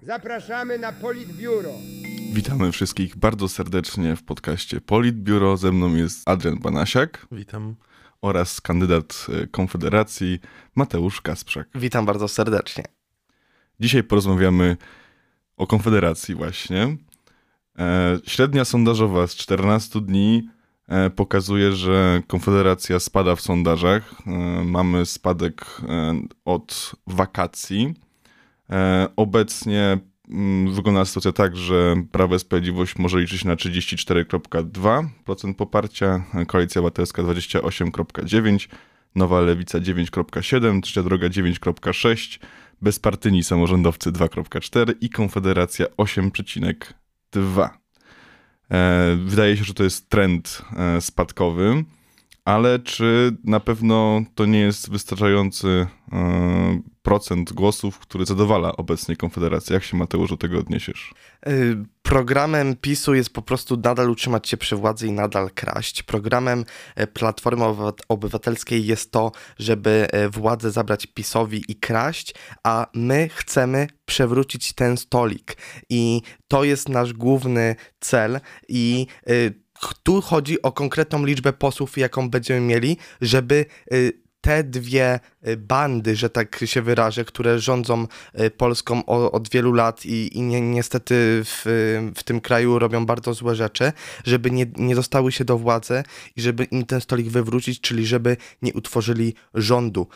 Zapraszamy na Politbiuro. Witamy wszystkich bardzo serdecznie w podcaście Politbiuro. Ze mną jest Adrian Banasiak. Witam. Oraz kandydat Konfederacji Mateusz Kasprzak. Witam bardzo serdecznie. Dzisiaj porozmawiamy o Konfederacji właśnie. Średnia sondażowa z 14 dni pokazuje, że Konfederacja spada w sondażach. Mamy spadek od wakacji. Obecnie wygląda sytuacja tak, że Prawo i Sprawiedliwość może liczyć na 34,2% poparcia, Koalicja Obywatelska 28,9%, Nowa Lewica 9,7%, Trzecia Droga 9,6%, bezpartyjni samorządowcy 2,4% i Konfederacja 8,2%. Wydaje się, że to jest trend spadkowy, ale czy na pewno to nie jest wystarczający procent głosów, który zadowala obecnie Konfederację? Jak się, Mateusz, do tego odniesiesz? Programem PiS-u jest po prostu nadal utrzymać się przy władzy i nadal kraść. Programem Platformy Obywatelskiej jest to, żeby władzę zabrać PiS-owi i kraść, a my chcemy przewrócić ten stolik. I to jest nasz główny cel i tu chodzi o konkretną liczbę posłów, jaką będziemy mieli, żeby te dwie bandy, że tak się wyrażę, które rządzą Polską od wielu lat i niestety w tym kraju robią bardzo złe rzeczy, żeby nie dostały się do władzy i żeby im ten stolik wywrócić, czyli żeby nie utworzyli rządu.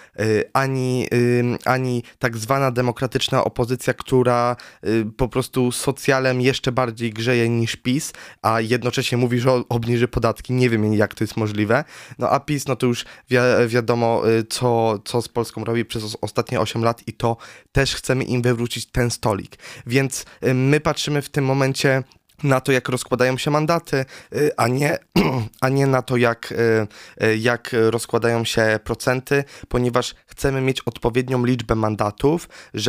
Ani tak zwana demokratyczna opozycja, która po prostu socjalem jeszcze bardziej grzeje niż PiS, a jednocześnie mówi, że obniży podatki. Nie wiem, jak to jest możliwe. No a PiS, no to już wiadomo, co z Polską robi przez ostatnie 8 lat i to też chcemy im wywrócić ten stolik. Więc my patrzymy w tym momencie na to, jak rozkładają się mandaty, a nie na to, jak rozkładają się procenty, ponieważ chcemy mieć odpowiednią liczbę mandatów,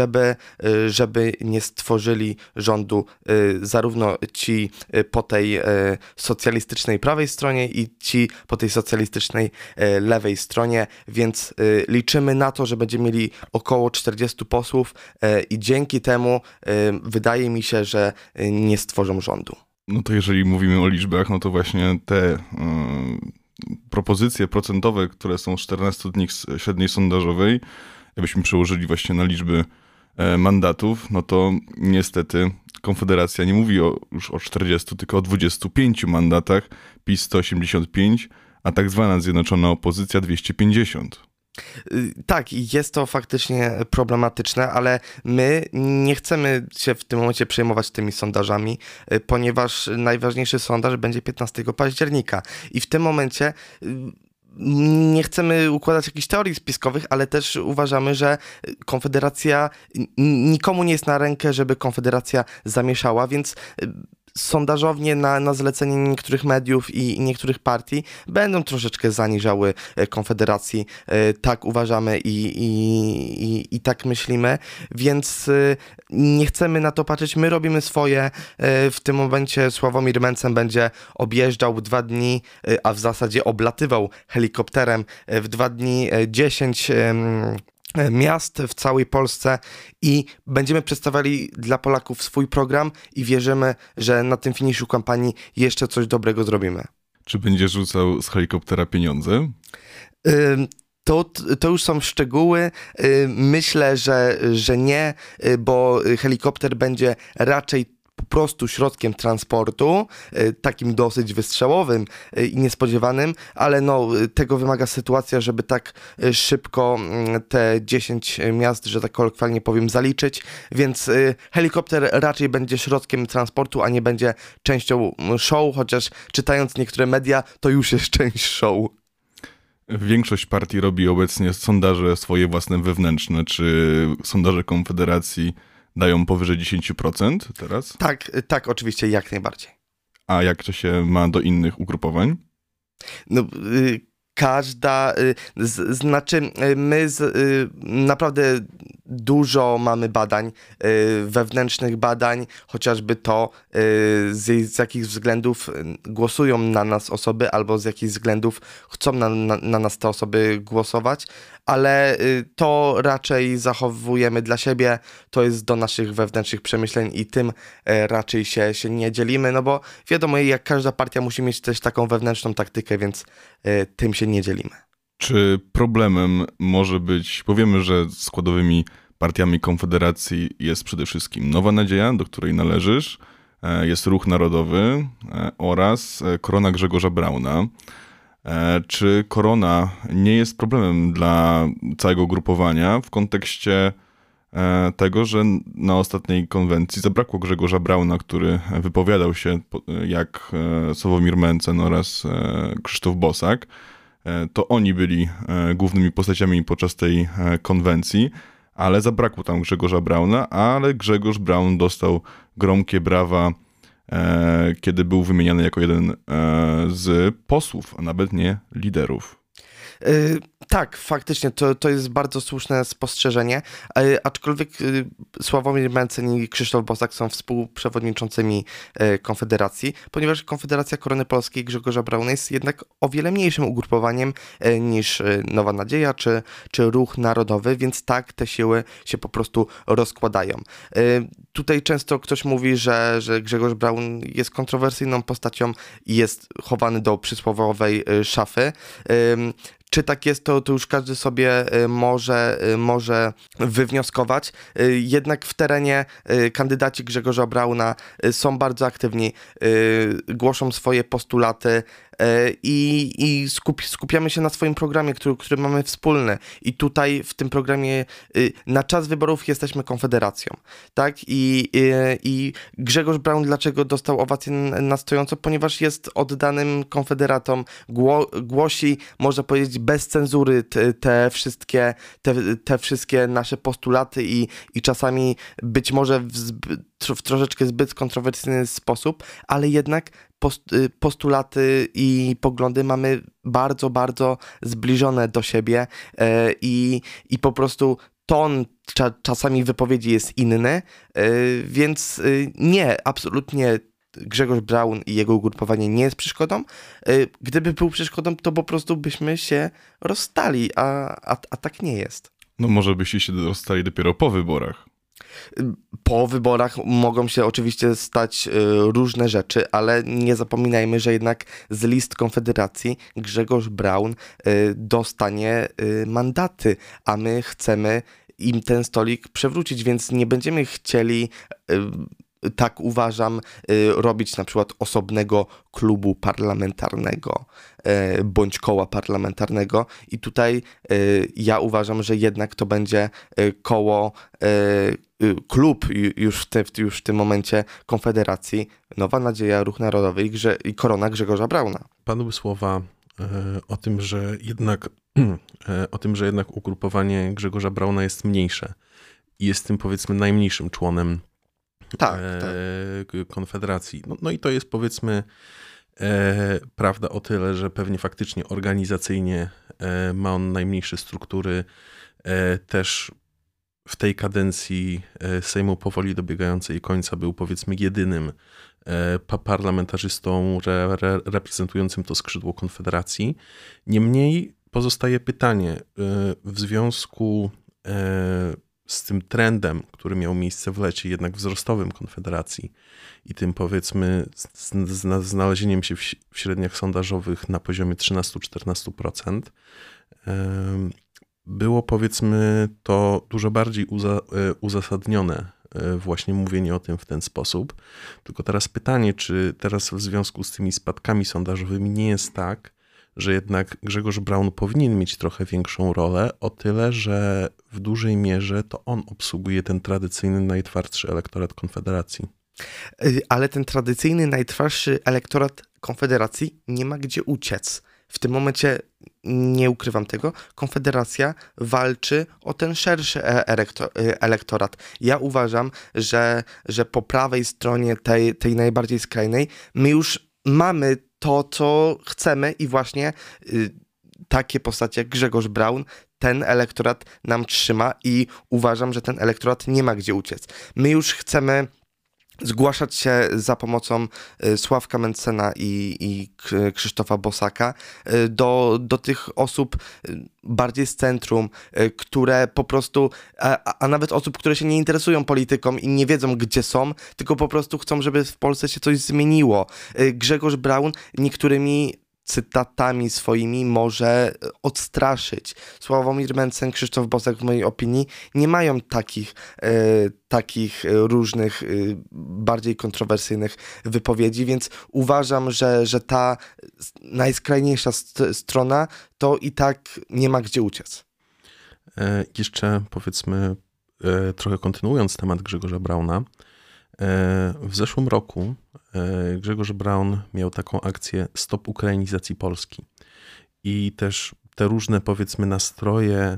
żeby nie stworzyli rządu zarówno ci po tej socjalistycznej prawej stronie i ci po tej socjalistycznej lewej stronie, więc liczymy na to, że będziemy mieli około 40 posłów i dzięki temu wydaje mi się, że nie stworzą rządu. No to jeżeli mówimy o liczbach, no to właśnie te propozycje procentowe, które są z 14 dni średniej sondażowej, jakbyśmy przełożyli właśnie na liczby mandatów, no to niestety Konfederacja nie mówi już o 40, tylko o 25 mandatach, PiS 185, a tak zwana zjednoczona opozycja 250. Tak, jest to faktycznie problematyczne, ale my nie chcemy się w tym momencie przejmować tymi sondażami, ponieważ najważniejszy sondaż będzie 15 października i w tym momencie nie chcemy układać jakichś teorii spiskowych, ale też uważamy, że Konfederacja, nikomu nie jest na rękę, żeby Konfederacja zamieszała, więc sondażownie na zlecenie niektórych mediów i niektórych partii będą troszeczkę zaniżały Konfederacji. Tak uważamy i tak myślimy, więc nie chcemy na to patrzeć. My robimy swoje. W tym momencie Sławomir Mencen będzie objeżdżał 2 dni, a w zasadzie oblatywał helikopterem w 2 dni 10 miast w całej Polsce i będziemy przedstawiali dla Polaków swój program i wierzymy, że na tym finiszu kampanii jeszcze coś dobrego zrobimy. Czy będziesz rzucał z helikoptera pieniądze? To już są szczegóły. Myślę, że nie, bo helikopter będzie raczej po prostu środkiem transportu, takim dosyć wystrzałowym i niespodziewanym, ale no, tego wymaga sytuacja, żeby tak szybko te 10 miast, że tak kolokwialnie powiem, zaliczyć, więc helikopter raczej będzie środkiem transportu, a nie będzie częścią show, chociaż czytając niektóre media, to już jest część show. Większość partii robi obecnie sondaże swoje własne wewnętrzne. Czy sondaże Konfederacji dają powyżej 10% teraz? Tak, oczywiście, jak najbardziej. A jak to się ma do innych ugrupowań? No, każda, znaczy my naprawdę dużo mamy badań, wewnętrznych badań, chociażby to, z jakich względów głosują na nas osoby, albo z jakich względów chcą na nas te osoby głosować, ale to raczej zachowujemy dla siebie, to jest do naszych wewnętrznych przemyśleń i tym raczej się nie dzielimy, no bo wiadomo, jak każda partia musi mieć też taką wewnętrzną taktykę, więc tym się nie dzielimy. Czy problemem może być, powiemy, że składowymi partiami Konfederacji jest przede wszystkim Nowa Nadzieja, do której należysz, jest Ruch Narodowy oraz Korona Grzegorza Brauna. Czy Korona nie jest problemem dla całego ugrupowania w kontekście tego, że na ostatniej konwencji zabrakło Grzegorza Brauna, który wypowiadał się jak Sławomir Mencen oraz Krzysztof Bosak. To oni byli głównymi postaciami podczas tej konwencji, ale zabrakło tam Grzegorza Brauna, ale Grzegorz Braun dostał gromkie brawa, kiedy był wymieniany jako jeden z posłów, a nawet nie liderów. Tak, faktycznie, to jest bardzo słuszne spostrzeżenie, aczkolwiek Sławomir Mencen i Krzysztof Bosak są współprzewodniczącymi Konfederacji, ponieważ Konfederacja Korony Polskiej Grzegorza Brauna jest jednak o wiele mniejszym ugrupowaniem niż Nowa Nadzieja czy Ruch Narodowy, więc tak, te siły się po prostu rozkładają. Tutaj często ktoś mówi, że Grzegorz Braun jest kontrowersyjną postacią i jest chowany do przysłowiowej szafy. Czy tak jest, to już każdy sobie może wywnioskować. Jednak w terenie kandydaci Grzegorza Brauna są bardzo aktywni, głoszą swoje postulaty i skupiamy się na swoim programie, który mamy wspólny. I tutaj w tym programie na czas wyborów jesteśmy Konfederacją. Tak? I Grzegorz Braun dlaczego dostał owację na stojąco? Ponieważ jest oddanym konfederatom, głosi, można powiedzieć, bez cenzury te wszystkie nasze postulaty i czasami być może w troszeczkę zbyt kontrowersyjny sposób, ale jednak postulaty i poglądy mamy bardzo, bardzo zbliżone do siebie i po prostu ton czasami wypowiedzi jest inny, więc nie, absolutnie Grzegorz Braun i jego ugrupowanie nie jest przeszkodą. Gdyby był przeszkodą, to po prostu byśmy się rozstali, a tak nie jest. No może byście się rozstali dopiero po wyborach. Po wyborach mogą się oczywiście stać różne rzeczy, ale nie zapominajmy, że jednak z list Konfederacji Grzegorz Braun dostanie mandaty, a my chcemy im ten stolik przewrócić, więc nie będziemy chcieli, tak uważam, robić na przykład osobnego klubu parlamentarnego bądź koła parlamentarnego i tutaj ja uważam, że jednak to będzie koło, klub już w tym momencie Konfederacji, Nowa Nadzieja, Ruch Narodowy i Korona Grzegorza Brauna. Padły słowa o tym, że jednak ugrupowanie Grzegorza Brauna jest mniejsze i jest tym, powiedzmy, najmniejszym członem Konfederacji. No i to jest, powiedzmy, prawda o tyle, że pewnie faktycznie organizacyjnie ma on najmniejsze struktury. Też w tej kadencji Sejmu powoli dobiegającej końca był, powiedzmy, jedynym parlamentarzystą reprezentującym to skrzydło Konfederacji. Niemniej pozostaje pytanie, w związku z tym trendem, który miał miejsce w lecie, jednak wzrostowym Konfederacji i tym, powiedzmy, znalezieniem się w średniach sondażowych na poziomie 13-14%, było, powiedzmy, to dużo bardziej uzasadnione właśnie mówienie o tym w ten sposób. Tylko teraz pytanie, czy teraz w związku z tymi spadkami sondażowymi nie jest tak, że jednak Grzegorz Braun powinien mieć trochę większą rolę, o tyle, że w dużej mierze to on obsługuje ten tradycyjny, najtwardszy elektorat Konfederacji. Ale ten tradycyjny, najtwardszy elektorat Konfederacji nie ma gdzie uciec. W tym momencie, nie ukrywam tego, Konfederacja walczy o ten szerszy elektorat. Ja uważam, że po prawej stronie tej najbardziej skrajnej my już mamy to, co chcemy i właśnie takie postacie jak Grzegorz Braun ten elektorat nam trzyma i uważam, że ten elektorat nie ma gdzie uciec. My już chcemy zgłaszać się za pomocą Sławka Mentzena i Krzysztofa Bosaka do tych osób bardziej z centrum, które po prostu, a nawet osób, które się nie interesują polityką i nie wiedzą, gdzie są, tylko po prostu chcą, żeby w Polsce się coś zmieniło. Grzegorz Braun niektórymi cytatami swoimi może odstraszyć. Sławomir Mentzen, Krzysztof Bosak w mojej opinii nie mają takich różnych, bardziej kontrowersyjnych wypowiedzi, więc uważam, że ta najskrajniejsza strona to i tak nie ma gdzie uciec. Jeszcze powiedzmy, trochę kontynuując temat Grzegorza Brauna, w zeszłym roku Grzegorz Braun miał taką akcję Stop Ukrainizacji Polski i też te różne, powiedzmy, nastroje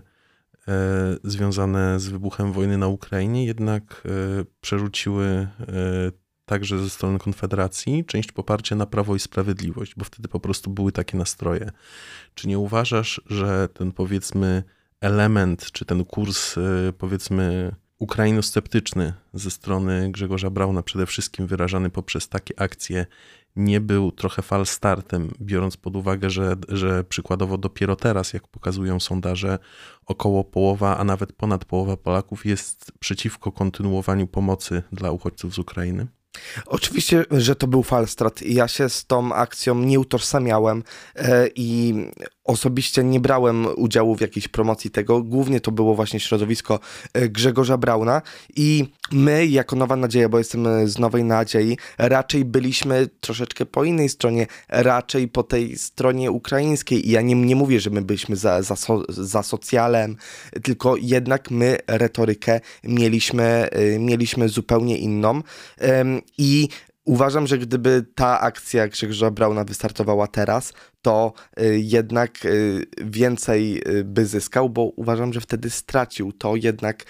związane z wybuchem wojny na Ukrainie jednak przerzuciły także ze strony Konfederacji część poparcia na Prawo i Sprawiedliwość, bo wtedy po prostu były takie nastroje. Czy nie uważasz, że ten, powiedzmy, element, czy ten kurs, powiedzmy, ukrainosceptyczny ze strony Grzegorza Brauna, przede wszystkim wyrażany poprzez takie akcje, nie był trochę falstartem, biorąc pod uwagę, że przykładowo dopiero teraz, jak pokazują sondaże, około połowa, a nawet ponad połowa Polaków jest przeciwko kontynuowaniu pomocy dla uchodźców z Ukrainy? Oczywiście, że to był falstart. Ja się z tą akcją nie utożsamiałem i osobiście nie brałem udziału w jakiejś promocji tego. Głównie to było właśnie środowisko Grzegorza Brauna i my jako Nowa Nadzieja, bo jestem z Nowej Nadziei, raczej byliśmy troszeczkę po innej stronie, raczej po tej stronie ukraińskiej. I ja nie mówię, że my byliśmy za socjalem, tylko jednak my retorykę mieliśmy zupełnie inną i uważam, że gdyby ta akcja Grzegorza Brauna wystartowała teraz, to jednak więcej by zyskał, bo uważam, że wtedy stracił. To jednak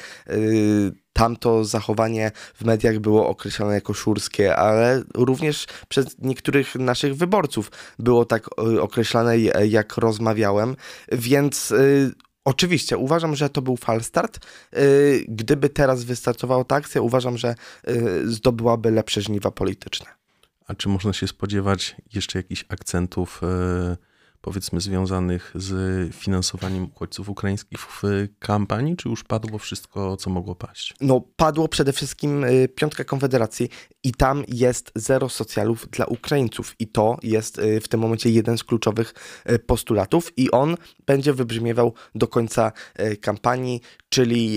tamto zachowanie w mediach było określone jako szurskie, ale również przez niektórych naszych wyborców było tak określane, jak rozmawiałem, więc oczywiście, uważam, że to był falstart. Gdyby teraz wystartowała ta akcja, uważam, że zdobyłaby lepsze żniwa polityczne. A czy można się spodziewać jeszcze jakichś akcentów, powiedzmy, związanych z finansowaniem uchodźców ukraińskich w kampanii, czy już padło wszystko, co mogło paść? No, padło przede wszystkim piątka Konfederacji i tam jest 0 socjalów dla Ukraińców i to jest w tym momencie jeden z kluczowych postulatów i on będzie wybrzmiewał do końca kampanii, czyli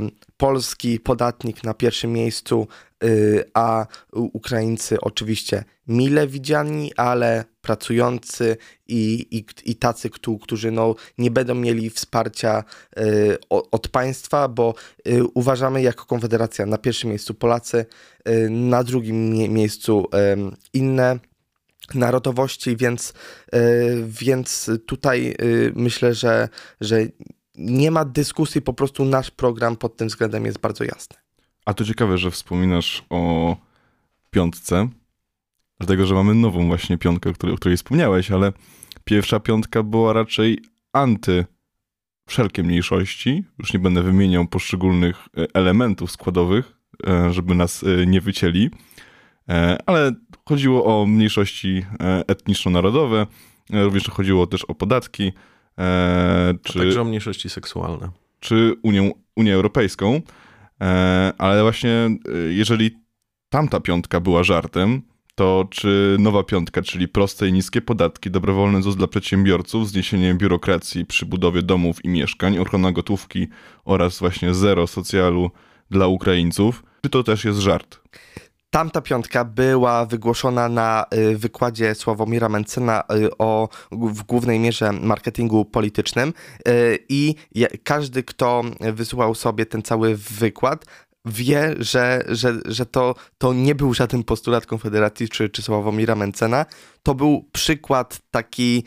polski podatnik na pierwszym miejscu, a Ukraińcy oczywiście mile widziani, ale pracujący i tacy, którzy nie będą mieli wsparcia od państwa, bo uważamy jako Konfederacja na pierwszym miejscu Polacy, na drugim miejscu inne narodowości, więc tutaj myślę, że nie ma dyskusji, po prostu nasz program pod tym względem jest bardzo jasny. A to ciekawe, że wspominasz o piątce, dlatego, że mamy nową właśnie piątkę, o której wspomniałeś, ale pierwsza piątka była raczej anty wszelkie mniejszości. Już nie będę wymieniał poszczególnych elementów składowych, żeby nas nie wycięli, ale chodziło o mniejszości etniczno-narodowe, również chodziło też o podatki. A także o mniejszości seksualne. Czy Unię Europejską. Ale właśnie jeżeli tamta piątka była żartem, to czy nowa piątka, czyli proste i niskie podatki, dobrowolny ZUS dla przedsiębiorców, zniesienie biurokracji przy budowie domów i mieszkań, ochrona gotówki oraz właśnie 0 socjalu dla Ukraińców, czy to też jest żart? Tamta piątka była wygłoszona na wykładzie Sławomira Mentzena w głównej mierze marketingu politycznym i każdy, kto wysłuchał sobie ten cały wykład, wie, że to nie był żaden postulat Konfederacji czy Sławomira Mentzena. To był przykład taki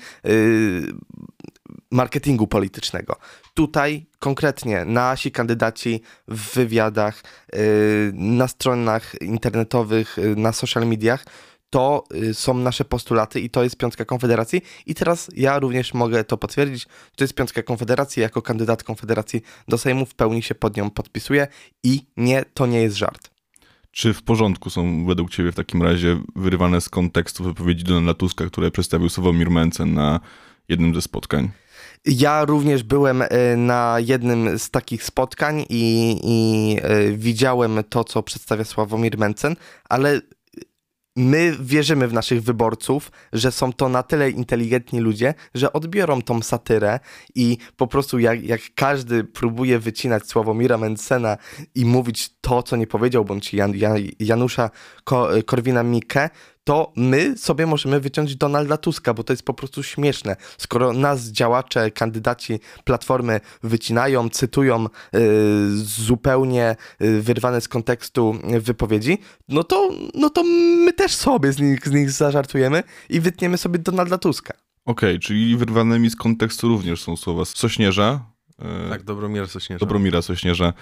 marketingu politycznego. Tutaj konkretnie nasi kandydaci w wywiadach, na stronach internetowych, na social mediach, to są nasze postulaty i to jest piątka Konfederacji i teraz ja również mogę to potwierdzić, to jest piątka Konfederacji, jako kandydat Konfederacji do Sejmu w pełni się pod nią podpisuję i nie, to nie jest żart. Czy w porządku są według ciebie w takim razie wyrywane z kontekstu wypowiedzi Donalda Tuska, które przedstawił Sławomir Mencen na jednym ze spotkań? Ja również byłem na jednym z takich spotkań i widziałem to, co przedstawia Sławomir Mencen, ale my wierzymy w naszych wyborców, że są to na tyle inteligentni ludzie, że odbiorą tą satyrę i po prostu jak każdy próbuje wycinać Sławomira Mencena i mówić to, co nie powiedział, bądź Janusza Korwina-Mikke, to my sobie możemy wyciąć Donalda Tuska, bo to jest po prostu śmieszne. Skoro nas działacze, kandydaci Platformy wycinają, cytują zupełnie wyrwane z kontekstu wypowiedzi, no to my też sobie z nich zażartujemy i wytniemy sobie Donalda Tuska. Okej, czyli wyrwanymi z kontekstu również są słowa Sośnierza. Tak, Dobromira Sośnierza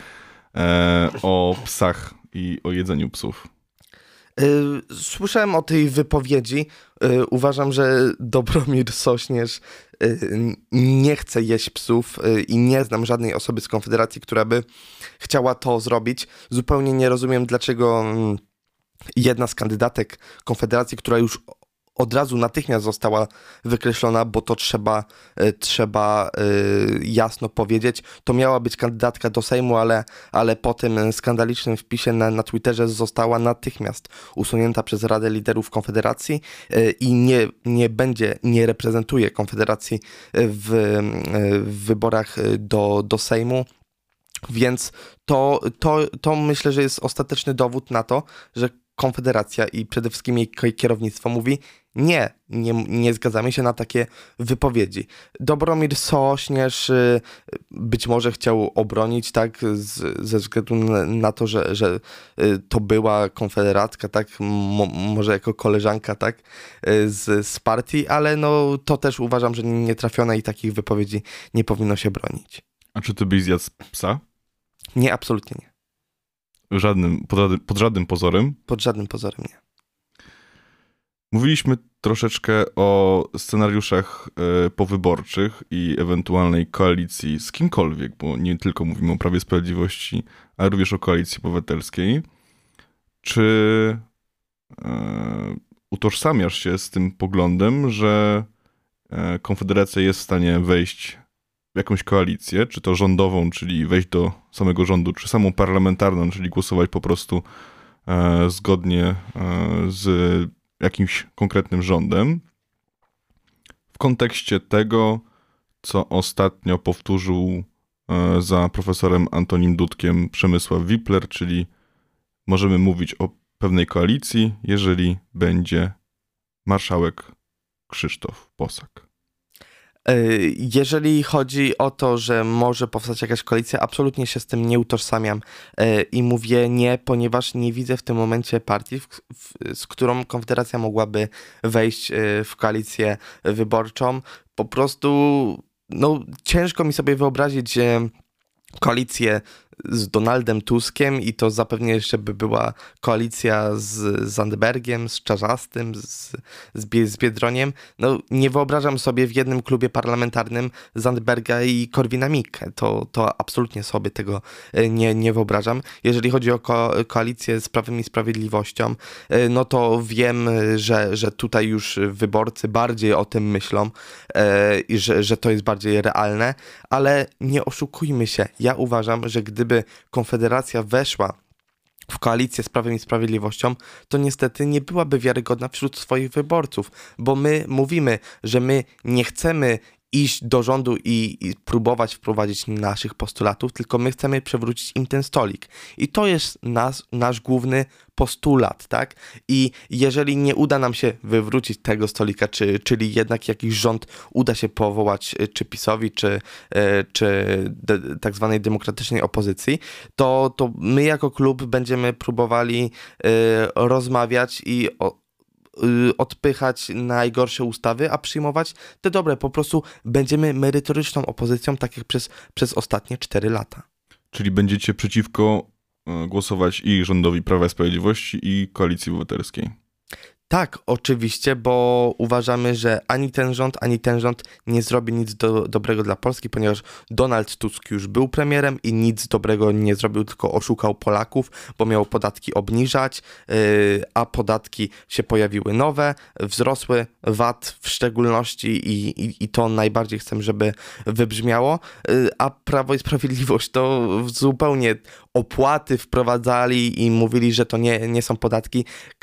o psach i o jedzeniu psów. Słyszałem o tej wypowiedzi. Uważam, że Dobromir Sośnierz nie chce jeść psów i nie znam żadnej osoby z Konfederacji, która by chciała to zrobić. Zupełnie nie rozumiem, dlaczego jedna z kandydatek Konfederacji, która już od razu natychmiast została wykreślona, bo to trzeba jasno powiedzieć. To miała być kandydatka do Sejmu, ale po tym skandalicznym wpisie na Twitterze została natychmiast usunięta przez Radę Liderów Konfederacji i nie reprezentuje Konfederacji w wyborach do Sejmu. Więc to myślę, że jest ostateczny dowód na to, że Konfederacja i przede wszystkim jej kierownictwo mówi nie zgadzamy się na takie wypowiedzi. Dobromir Sośnierz być może chciał obronić, tak, ze względu na to, że to była konfederatka, tak, może jako koleżanka, tak, z partii, ale no to też uważam, że nie trafione i takich wypowiedzi nie powinno się bronić. A czy ty byś zjadł psa? Nie, absolutnie nie. Pod żadnym pozorem? Pod żadnym pozorem nie. Mówiliśmy troszeczkę o scenariuszach powyborczych i ewentualnej koalicji z kimkolwiek, bo nie tylko mówimy o Prawie Sprawiedliwości, ale również o Koalicji Obywatelskiej. Czy utożsamiasz się z tym poglądem, że Konfederacja jest w stanie wejść w jakąś koalicję, czy to rządową, czyli wejść do samego rządu, czy samą parlamentarną, czyli głosować po prostu zgodnie z jakimś konkretnym rządem, w kontekście tego, co ostatnio powtórzył za profesorem Antonim Dudkiem Przemysław Wipler, czyli możemy mówić o pewnej koalicji, jeżeli będzie marszałek Krzysztof Bosak. Jeżeli chodzi o to, że może powstać jakaś koalicja, absolutnie się z tym nie utożsamiam i mówię nie, ponieważ nie widzę w tym momencie partii, z którą Konfederacja mogłaby wejść w koalicję wyborczą. Po prostu ciężko mi sobie wyobrazić koalicję z Donaldem Tuskiem i to zapewne jeszcze by była koalicja z Zandbergiem, z Czarzastym, z Biedroniem. Nie wyobrażam sobie w jednym klubie parlamentarnym Zandberga i Korwina-Mikke. To absolutnie sobie tego nie wyobrażam. Jeżeli chodzi o koalicję z Prawem i Sprawiedliwością, to wiem, że tutaj już wyborcy bardziej o tym myślą i że to jest bardziej realne, ale nie oszukujmy się. Ja uważam, że gdyby Konfederacja weszła w koalicję z Prawem i Sprawiedliwością, to niestety nie byłaby wiarygodna wśród swoich wyborców, bo my mówimy, że my nie chcemy iść do rządu i próbować wprowadzić naszych postulatów, tylko my chcemy przewrócić im ten stolik. I to jest nasz główny postulat, tak? I jeżeli nie uda nam się wywrócić tego stolika, czyli jednak jakiś rząd uda się powołać czy PiS-owi, czy tak zwanej demokratycznej opozycji, to my jako klub będziemy próbowali rozmawiać i odpychać najgorsze ustawy, a przyjmować te dobre. Po prostu będziemy merytoryczną opozycją, tak jak przez ostatnie 4 lata. Czyli będziecie przeciwko głosować i rządowi Prawa i Sprawiedliwości, i Koalicji Obywatelskiej? Tak, oczywiście, bo uważamy, że ani ten rząd nie zrobi nic dobrego dla Polski, ponieważ Donald Tusk już był premierem i nic dobrego nie zrobił, tylko oszukał Polaków, bo miał podatki obniżać, a podatki się pojawiły nowe, wzrosły, VAT w szczególności i to najbardziej chcę, żeby wybrzmiało, a Prawo i Sprawiedliwość to zupełnie opłaty wprowadzali i mówili, że to nie są podatki.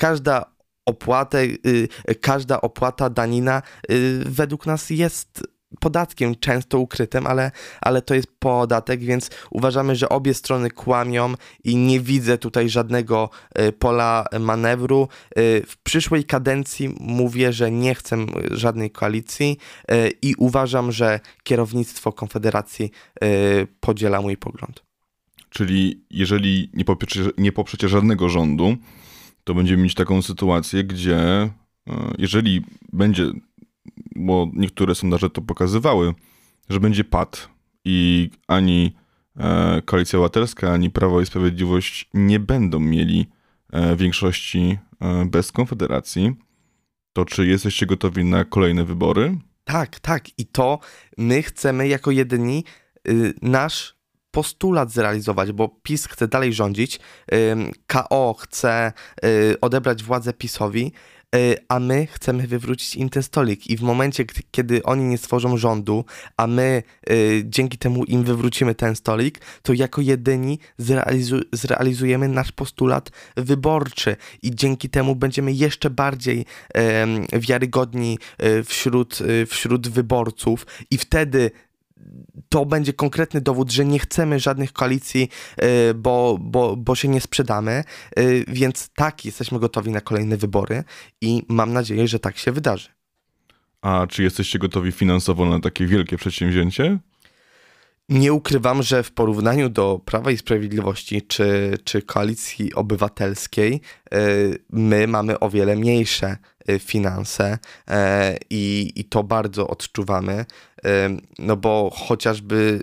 Każda opłata, danina według nas jest podatkiem, często ukrytym, ale to jest podatek, więc uważamy, że obie strony kłamią i nie widzę tutaj żadnego pola manewru. W przyszłej kadencji mówię, że nie chcę żadnej koalicji i uważam, że kierownictwo Konfederacji podziela mój pogląd. Czyli jeżeli nie poprzecie żadnego rządu, to będziemy mieć taką sytuację, gdzie jeżeli będzie, bo niektóre sondaże to pokazywały, że będzie pad i ani Koalicja Obywatelska, ani Prawo i Sprawiedliwość nie będą mieli większości bez Konfederacji, to czy jesteście gotowi na kolejne wybory? Tak. I to my chcemy jako jedyni nasz postulat zrealizować, bo PiS chce dalej rządzić, KO chce odebrać władzę PiS-owi, a my chcemy wywrócić im ten stolik i w momencie, kiedy oni nie stworzą rządu, a my dzięki temu im wywrócimy ten stolik, to jako jedyni zrealizujemy nasz postulat wyborczy i dzięki temu będziemy jeszcze bardziej wiarygodni wśród wyborców i wtedy to będzie konkretny dowód, że nie chcemy żadnych koalicji, bo się nie sprzedamy, więc tak, jesteśmy gotowi na kolejne wybory i mam nadzieję, że tak się wydarzy. A czy jesteście gotowi finansowo na takie wielkie przedsięwzięcie? Nie ukrywam, że w porównaniu do Prawa i Sprawiedliwości czy Koalicji Obywatelskiej my mamy o wiele mniejsze finanse i to bardzo odczuwamy, no bo chociażby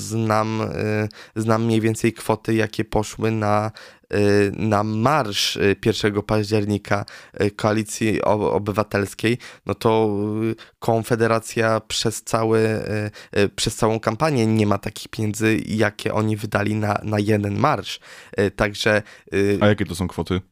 znam mniej więcej kwoty, jakie poszły na marsz 1 października Koalicji Obywatelskiej, no to Konfederacja przez całą kampanię nie ma takich pieniędzy, jakie oni wydali na jeden marsz. Także... A jakie to są kwoty?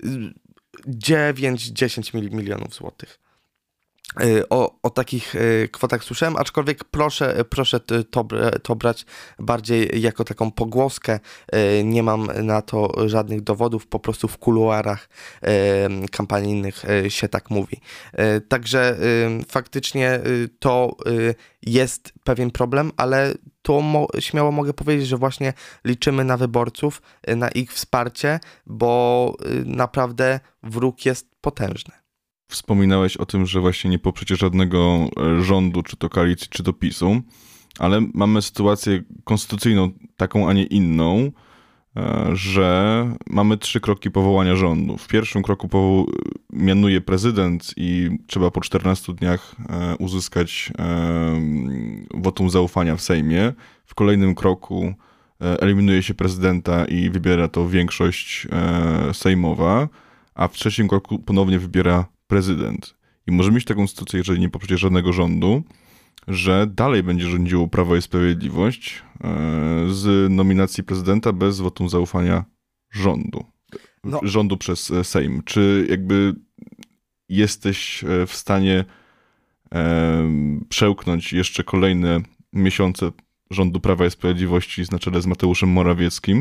9-10 milionów złotych. O takich kwotach słyszałem, aczkolwiek proszę to brać bardziej jako taką pogłoskę. Nie mam na to żadnych dowodów, po prostu w kuluarach kampanijnych się tak mówi. Także faktycznie to jest pewien problem, ale to śmiało mogę powiedzieć, że właśnie liczymy na wyborców, na ich wsparcie, bo naprawdę wróg jest potężny. Wspominałeś o tym, że właśnie nie poprzecie żadnego rządu, czy to koalicji, czy to PiS-u, ale mamy sytuację konstytucyjną taką, a nie inną, że mamy 3 kroki powołania rządu. W pierwszym kroku mianuje prezydent i trzeba po 14 dniach uzyskać wotum zaufania w Sejmie. W kolejnym kroku eliminuje się prezydenta i wybiera to większość sejmowa, a w trzecim kroku ponownie wybiera prezydent. I może mieć taką sytuację, jeżeli nie poprzecie żadnego rządu, że dalej będzie rządziło Prawo i Sprawiedliwość z nominacji prezydenta bez wotum zaufania rządu. Rządu przez Sejm. Czy jakby jesteś w stanie przełknąć jeszcze kolejne miesiące rządu Prawa i Sprawiedliwości na czele z Mateuszem Morawieckim?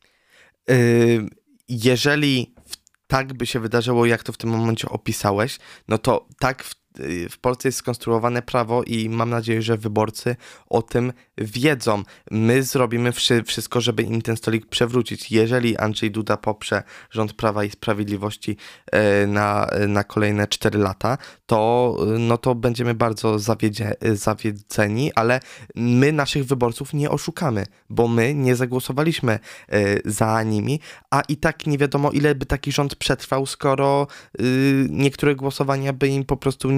Jeżeli tak by się wydarzyło, jak to w tym momencie opisałeś, no to tak w Polsce jest skonstruowane prawo i mam nadzieję, że wyborcy o tym wiedzą. My zrobimy wszystko, żeby im ten stolik przewrócić. Jeżeli Andrzej Duda poprze rząd Prawa i Sprawiedliwości na kolejne 4 lata, to będziemy bardzo zawiedzeni, ale my naszych wyborców nie oszukamy, bo my nie zagłosowaliśmy za nimi, a i tak nie wiadomo, ile by taki rząd przetrwał, skoro niektóre głosowania by im po prostu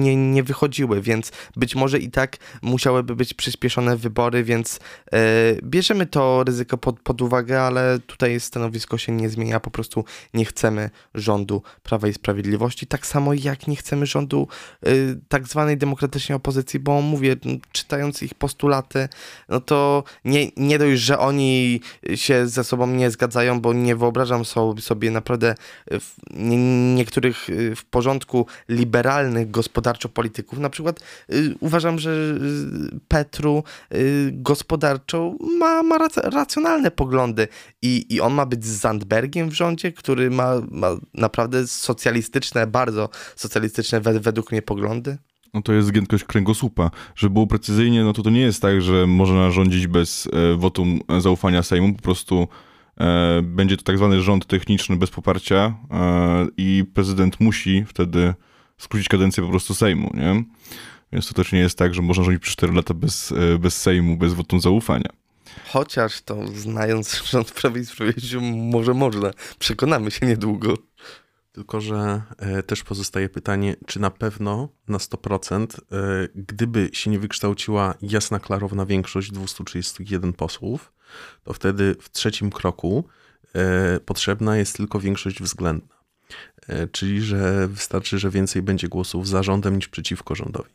nie wychodziły, więc być może i tak musiałyby być przyspieszone wybory, więc bierzemy to ryzyko pod uwagę, ale tutaj stanowisko się nie zmienia, po prostu nie chcemy rządu Prawa i Sprawiedliwości, tak samo jak nie chcemy rządu tak zwanej demokratycznej opozycji, bo mówię, czytając ich postulaty, no to nie dość, że oni się ze sobą nie zgadzają, bo nie wyobrażam sobie naprawdę niektórych w porządku liberalnych gospodarczo polityków. Na przykład uważam, że Petru gospodarczo ma racjonalne poglądy i on ma być z Zandbergiem w rządzie, który ma naprawdę socjalistyczne, bardzo socjalistyczne według mnie poglądy. No to jest giętkość kręgosłupa. Żeby było precyzyjnie, no to nie jest tak, że można rządzić bez wotum zaufania Sejmu, po prostu będzie to tak zwany rząd techniczny bez poparcia i prezydent musi wtedy skrócić kadencję po prostu Sejmu, nie? Więc to też nie jest tak, że można rządzić przez 4 lata bez Sejmu, bez wotum zaufania. Chociaż to znając rząd Prawa i Sprawiedliwości może można. Przekonamy się niedługo. Tylko że też pozostaje pytanie, czy na pewno na 100%, gdyby się nie wykształciła jasna, klarowna większość 231 posłów, to wtedy w trzecim kroku potrzebna jest tylko większość względna. Czyli że wystarczy, że więcej będzie głosów za rządem niż przeciwko rządowi.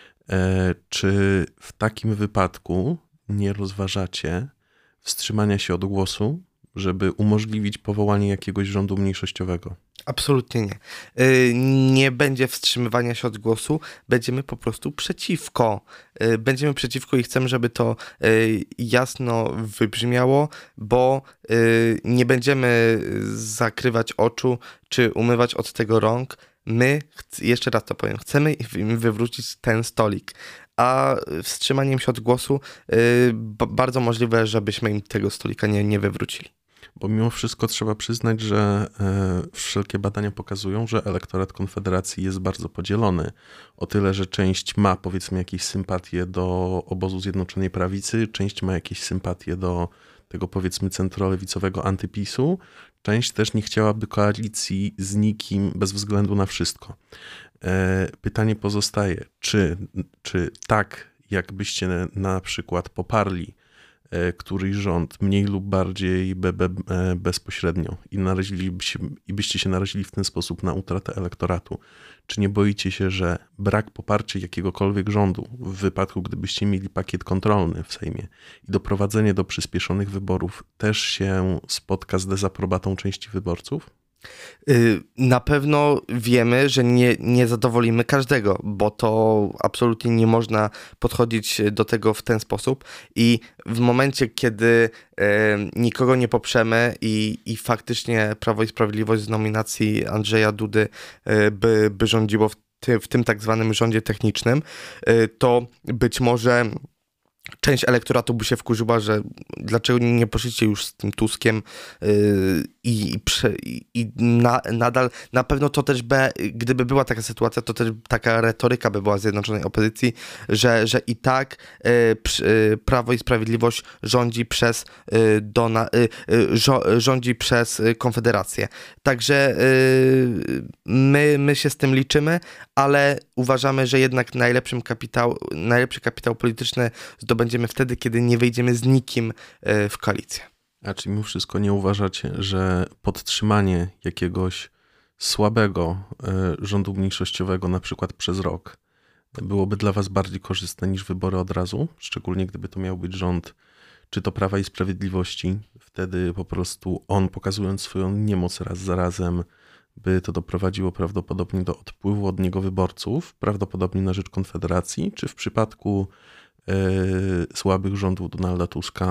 Czy w takim wypadku nie rozważacie wstrzymania się od głosu, żeby umożliwić powołanie jakiegoś rządu mniejszościowego? Absolutnie nie. Nie będzie wstrzymywania się od głosu, będziemy po prostu przeciwko. Będziemy przeciwko i chcemy, żeby to jasno wybrzmiało, bo nie będziemy zakrywać oczu czy umywać od tego rąk. My, jeszcze raz to powiem, chcemy wywrócić ten stolik, a wstrzymaniem się od głosu bardzo możliwe, żebyśmy im tego stolika nie wywrócili. Bo mimo wszystko trzeba przyznać, że wszelkie badania pokazują, że elektorat Konfederacji jest bardzo podzielony. O tyle, że część ma powiedzmy jakieś sympatie do obozu Zjednoczonej Prawicy, część ma jakieś sympatie do tego powiedzmy centrolewicowego antypisu, część też nie chciałaby koalicji z nikim bez względu na wszystko. Pytanie pozostaje, czy tak jakbyście na przykład poparli któryś rząd mniej lub bardziej bezpośrednio i byście się narazili w ten sposób na utratę elektoratu. Czy nie boicie się, że brak poparcia jakiegokolwiek rządu w wypadku, gdybyście mieli pakiet kontrolny w Sejmie i doprowadzenie do przyspieszonych wyborów też się spotka z dezaprobatą części wyborców? Na pewno wiemy, że nie zadowolimy każdego, bo to absolutnie nie można podchodzić do tego w ten sposób i w momencie, kiedy nikogo nie poprzemy i faktycznie Prawo i Sprawiedliwość z nominacji Andrzeja Dudy by rządziło w tym tak zwanym rządzie technicznym, to być może część elektoratu by się wkurzyła, że dlaczego nie poszliście już z tym Tuskiem nadal, na pewno to też gdyby była taka sytuacja, to też taka retoryka by była Zjednoczonej Opozycji, że i tak Prawo i Sprawiedliwość rządzi przez Konfederację. Także my się z tym liczymy, ale uważamy, że jednak najlepszy kapitał polityczny zdobędziemy wtedy, kiedy nie wejdziemy z nikim w koalicję. A czy mimo wszystko nie uważacie, że podtrzymanie jakiegoś słabego rządu mniejszościowego na przykład przez rok byłoby dla was bardziej korzystne niż wybory od razu? Szczególnie gdyby to miał być rząd czy to Prawa i Sprawiedliwości. Wtedy po prostu on, pokazując swoją niemoc raz za razem, by to doprowadziło prawdopodobnie do odpływu od niego wyborców, prawdopodobnie na rzecz Konfederacji, czy w przypadku słabych rządów Donalda Tuska,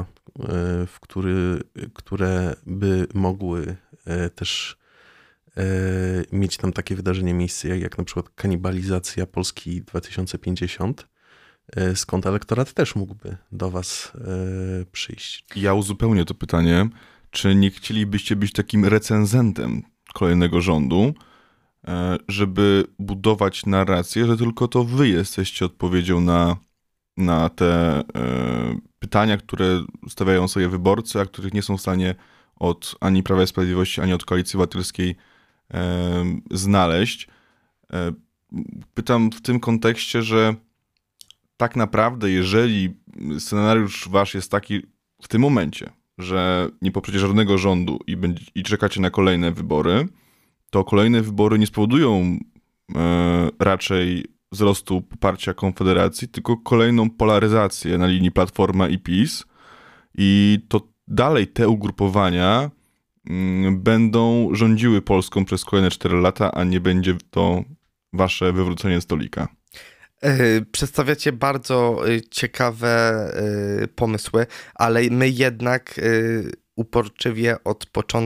które by mogły też mieć tam takie wydarzenie miejsce, jak na przykład kanibalizacja Polski 2050, skąd elektorat też mógłby do was przyjść. Ja uzupełnię to pytanie. Czy nie chcielibyście być takim recenzentem kolejnego rządu, żeby budować narrację, że tylko to wy jesteście odpowiedzią na te pytania, które stawiają sobie wyborcy, a których nie są w stanie od ani Prawa i Sprawiedliwości, ani od Koalicji Obywatelskiej znaleźć. pytam w tym kontekście, że tak naprawdę, jeżeli scenariusz wasz jest taki w tym momencie, że nie poprzecie żadnego rządu i czekacie na kolejne wybory, to kolejne wybory nie spowodują raczej wzrostu poparcia Konfederacji, tylko kolejną polaryzację na linii Platforma i PiS. I to dalej te ugrupowania będą rządziły Polską przez kolejne 4 lata, a nie będzie to wasze wywrócenie stolika. Przedstawiacie bardzo ciekawe pomysły, ale my jednak uporczywie od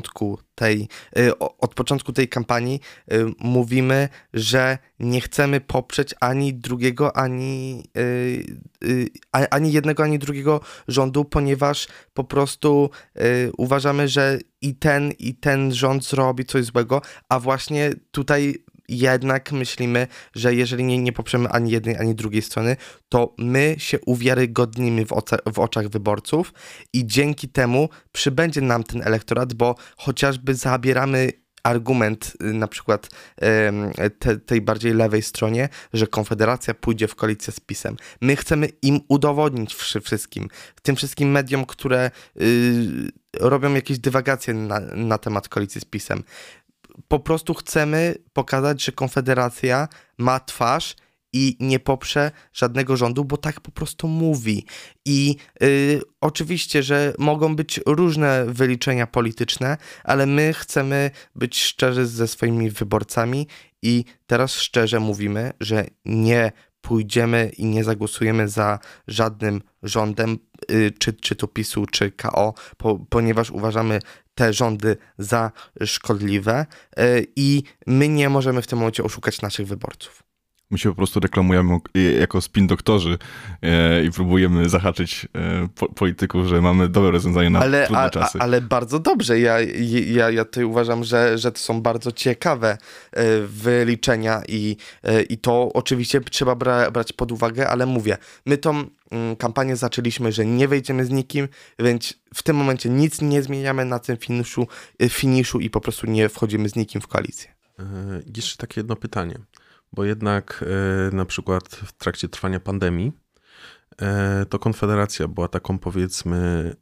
początku tej kampanii mówimy, że nie chcemy poprzeć ani drugiego, ani jednego, ani drugiego rządu, ponieważ po prostu uważamy, że i ten rząd zrobi coś złego, a właśnie tutaj jednak myślimy, że jeżeli nie poprzemy ani jednej, ani drugiej strony, to my się uwiarygodnimy w oczach wyborców i dzięki temu przybędzie nam ten elektorat, bo chociażby zabieramy argument na przykład tej bardziej lewej stronie, że Konfederacja pójdzie w koalicję z PiS-em. My chcemy im udowodnić tym wszystkim mediom, które robią jakieś dywagacje na temat koalicji z PiS-em. Po prostu chcemy pokazać, że Konfederacja ma twarz i nie poprze żadnego rządu, bo tak po prostu mówi. I oczywiście, że mogą być różne wyliczenia polityczne, ale my chcemy być szczerzy ze swoimi wyborcami i teraz szczerze mówimy, że nie pójdziemy i nie zagłosujemy za żadnym rządem, czy to PiS-u, czy KO, ponieważ uważamy te rządy za szkodliwe i my nie możemy w tym momencie oszukać naszych wyborców. My się po prostu reklamujemy jako spin doktorzy i próbujemy zahaczyć polityków, że mamy dobre rozwiązanie na trudne czasy. Ale bardzo dobrze. Ja tutaj uważam, że to są bardzo ciekawe wyliczenia i to oczywiście trzeba brać pod uwagę, ale mówię, my tą kampanię zaczęliśmy, że nie wejdziemy z nikim, więc w tym momencie nic nie zmieniamy na tym finiszu i po prostu nie wchodzimy z nikim w koalicję. Jeszcze takie jedno pytanie. Bo jednak na przykład w trakcie trwania pandemii to Konfederacja była taką, powiedzmy,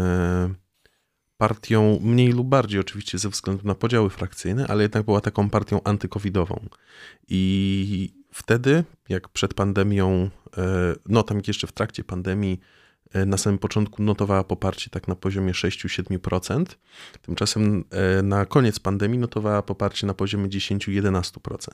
partią mniej lub bardziej oczywiście ze względu na podziały frakcyjne, ale jednak była taką partią antykowidową. I wtedy, jak przed pandemią, no tam jeszcze w trakcie pandemii, na samym początku notowała poparcie tak na poziomie 6-7%, tymczasem na koniec pandemii notowała poparcie na poziomie 10-11%.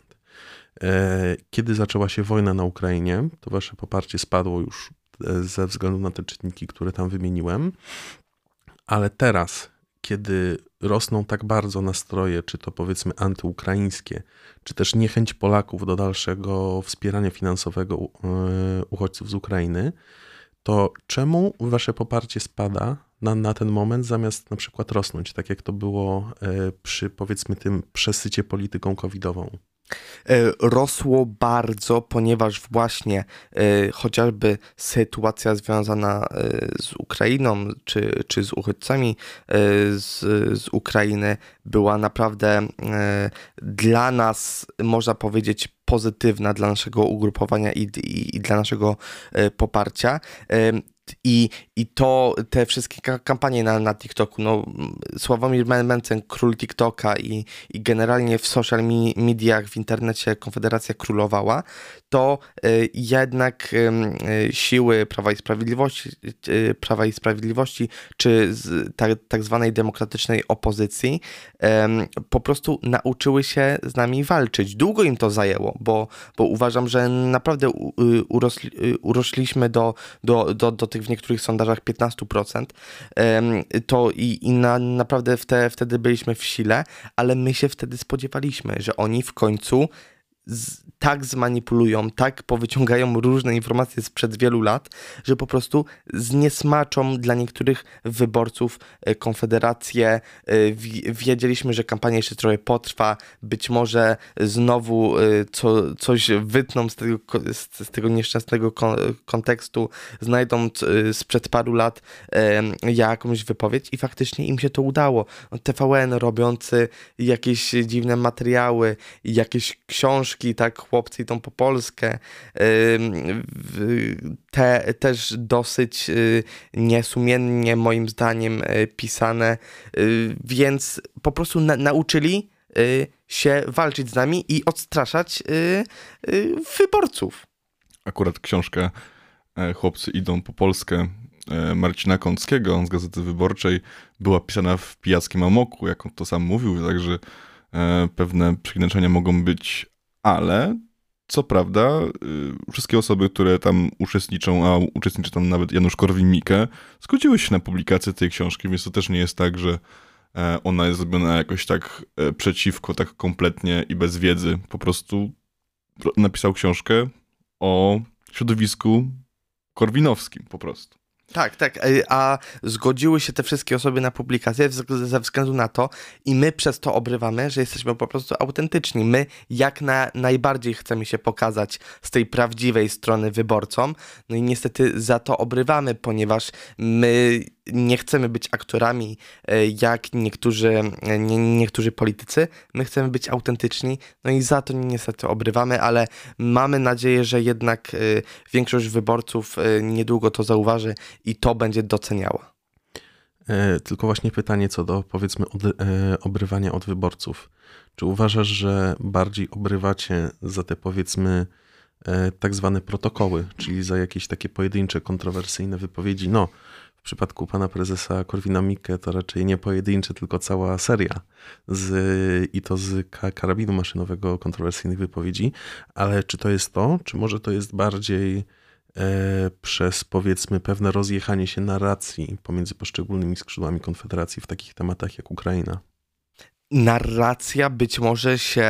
Kiedy zaczęła się wojna na Ukrainie, to wasze poparcie spadło już ze względu na te czynniki, które tam wymieniłem, ale teraz, kiedy rosną tak bardzo nastroje, czy to powiedzmy antyukraińskie, czy też niechęć Polaków do dalszego wspierania finansowego uchodźców z Ukrainy, to czemu wasze poparcie spada na ten moment, zamiast na przykład rosnąć, tak jak to było przy, powiedzmy, tym przesycie polityką covidową? Rosło bardzo, ponieważ właśnie chociażby sytuacja związana z Ukrainą, czy z uchodźcami z Ukrainy była naprawdę dla nas, można powiedzieć, pozytywna, dla naszego ugrupowania i dla naszego poparcia. I to te wszystkie kampanie na TikToku, no Sławomir Mencen, król TikToka i generalnie w social mediach, w internecie Konfederacja królowała, to jednak siły Prawa i Sprawiedliwości czy tak zwanej demokratycznej opozycji po prostu nauczyły się z nami walczyć. Długo im to zajęło, bo uważam, że naprawdę urośliśmy do tych w niektórych sondażach 15%, to naprawdę wtedy byliśmy w sile, ale my się wtedy spodziewaliśmy, że oni w końcu tak zmanipulują, tak powyciągają różne informacje sprzed wielu lat, że po prostu zniesmaczą dla niektórych wyborców Konfederację. Wiedzieliśmy, że kampania jeszcze trochę potrwa, być może znowu coś wytną z tego nieszczęsnego kontekstu, znajdą sprzed paru lat jakąś wypowiedź i faktycznie im się to udało. TVN robiący jakieś dziwne materiały, jakieś książki, książki, tak, Chłopcy idą po Polskę, te też dosyć niesumiennie moim zdaniem pisane, więc po prostu nauczyli się walczyć z nami i odstraszać wyborców. Akurat książka Chłopcy idą po Polskę Marcina Kąckiego z Gazety Wyborczej była pisana w pijackim amoku, jak on to sam mówił, także pewne przeinaczenia mogą być, ale co prawda wszystkie osoby, które tam uczestniczą, a uczestniczy tam nawet Janusz Korwin-Mikke, zgodziły się na publikację tej książki, więc to też nie jest tak, że ona jest zrobiona jakoś tak przeciwko, tak kompletnie i bez wiedzy. Po prostu napisał książkę o środowisku korwinowskim po prostu. Tak, a zgodziły się te wszystkie osoby na publikację ze względu na to i my przez to obrywamy, że jesteśmy po prostu autentyczni. My jak najbardziej chcemy się pokazać z tej prawdziwej strony wyborcom, no i niestety za to obrywamy, ponieważ my nie chcemy być aktorami jak niektórzy politycy, my chcemy być autentyczni, no i za to niestety obrywamy, ale mamy nadzieję, że jednak większość wyborców niedługo to zauważy i to będzie doceniała. Tylko właśnie pytanie co do, powiedzmy, obrywania od wyborców. Czy uważasz, że bardziej obrywacie za te, powiedzmy, tak zwane protokoły, czyli za jakieś takie pojedyncze, kontrowersyjne wypowiedzi? No, w przypadku pana prezesa Korwina-Mikke to raczej nie pojedyncze, tylko cała seria i to z karabinu maszynowego kontrowersyjnych wypowiedzi, ale czy to jest to, czy może to jest bardziej przez, powiedzmy, pewne rozjechanie się narracji pomiędzy poszczególnymi skrzydłami Konfederacji w takich tematach jak Ukraina? Narracja być może się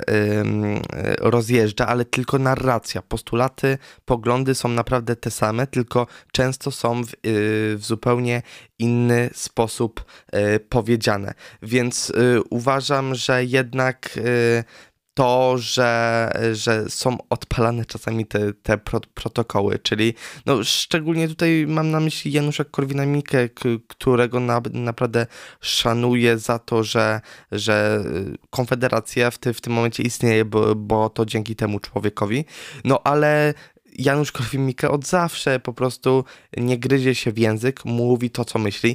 rozjeżdża, ale tylko narracja. Postulaty, poglądy są naprawdę te same, tylko często są w zupełnie inny sposób powiedziane. Więc uważam, że jednak to, że są odpalane czasami te protokoły, czyli no szczególnie tutaj mam na myśli Janusza Korwina-Mikke, którego naprawdę szanuję za to, że Konfederacja w tym momencie istnieje, bo to dzięki temu człowiekowi, no ale Janusz Korwin-Mikke od zawsze po prostu nie gryzie się w język, mówi to, co myśli.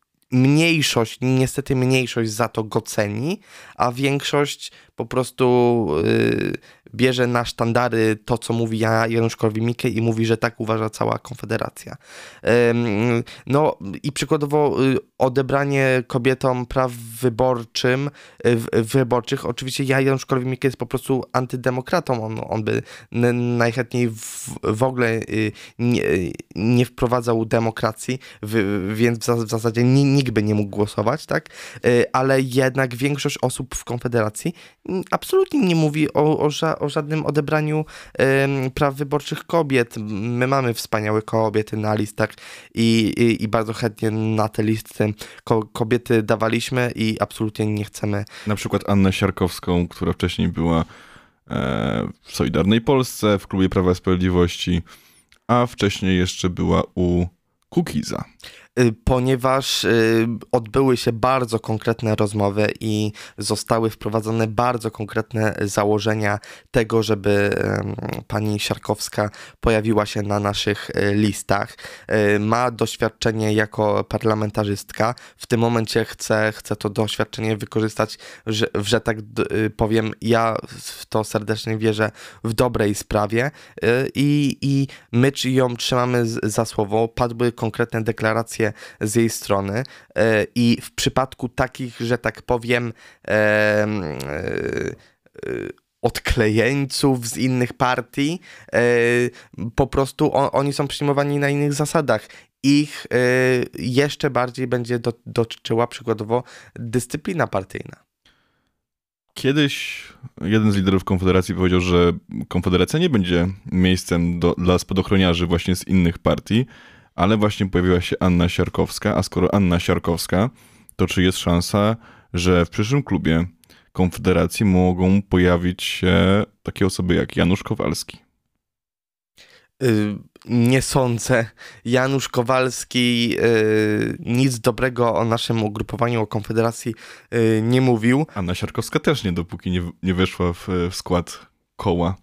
Niestety mniejszość za to go ceni, a większość po prostu bierze na sztandary to, co mówi Janusz Korwin-Mikke i mówi, że tak uważa cała Konfederacja. No i przykładowo odebranie kobietom praw wyborczych, oczywiście Janusz Korwin-Mikke jest po prostu antydemokratą, on by najchętniej w ogóle nie wprowadzał demokracji, więc w zasadzie nikt by nie mógł głosować, tak? Ale jednak większość osób w Konfederacji absolutnie nie mówi o żadnym odebraniu praw wyborczych kobiet. My mamy wspaniałe kobiety na listach i bardzo chętnie na te listy kobiety dawaliśmy i absolutnie nie chcemy. Na przykład Annę Siarkowską, która wcześniej była w Solidarnej Polsce, w Klubie Prawa i Sprawiedliwości, a wcześniej jeszcze była u Kukiza. Ponieważ odbyły się bardzo konkretne rozmowy i zostały wprowadzone bardzo konkretne założenia tego, żeby pani Siarkowska pojawiła się na naszych listach. Ma doświadczenie jako parlamentarzystka. W tym momencie chce to doświadczenie wykorzystać, że tak powiem, ja w to serdecznie wierzę, w dobrej sprawie i my ją trzymamy za słowo. Padły konkretne deklaracje z jej strony i w przypadku takich, że tak powiem, odklejeńców z innych partii, po prostu oni są przyjmowani na innych zasadach. Ich jeszcze bardziej będzie dotyczyła przykładowo dyscyplina partyjna. Kiedyś jeden z liderów Konfederacji powiedział, że Konfederacja nie będzie miejscem dla spadochroniarzy właśnie z innych partii, ale właśnie pojawiła się Anna Siarkowska, a skoro Anna Siarkowska, to czy jest szansa, że w przyszłym klubie Konfederacji mogą pojawić się takie osoby jak Janusz Kowalski? Nie sądzę. Janusz Kowalski nic dobrego o naszym ugrupowaniu, o Konfederacji nie mówił. Anna Siarkowska też nie, dopóki nie weszła w skład koła.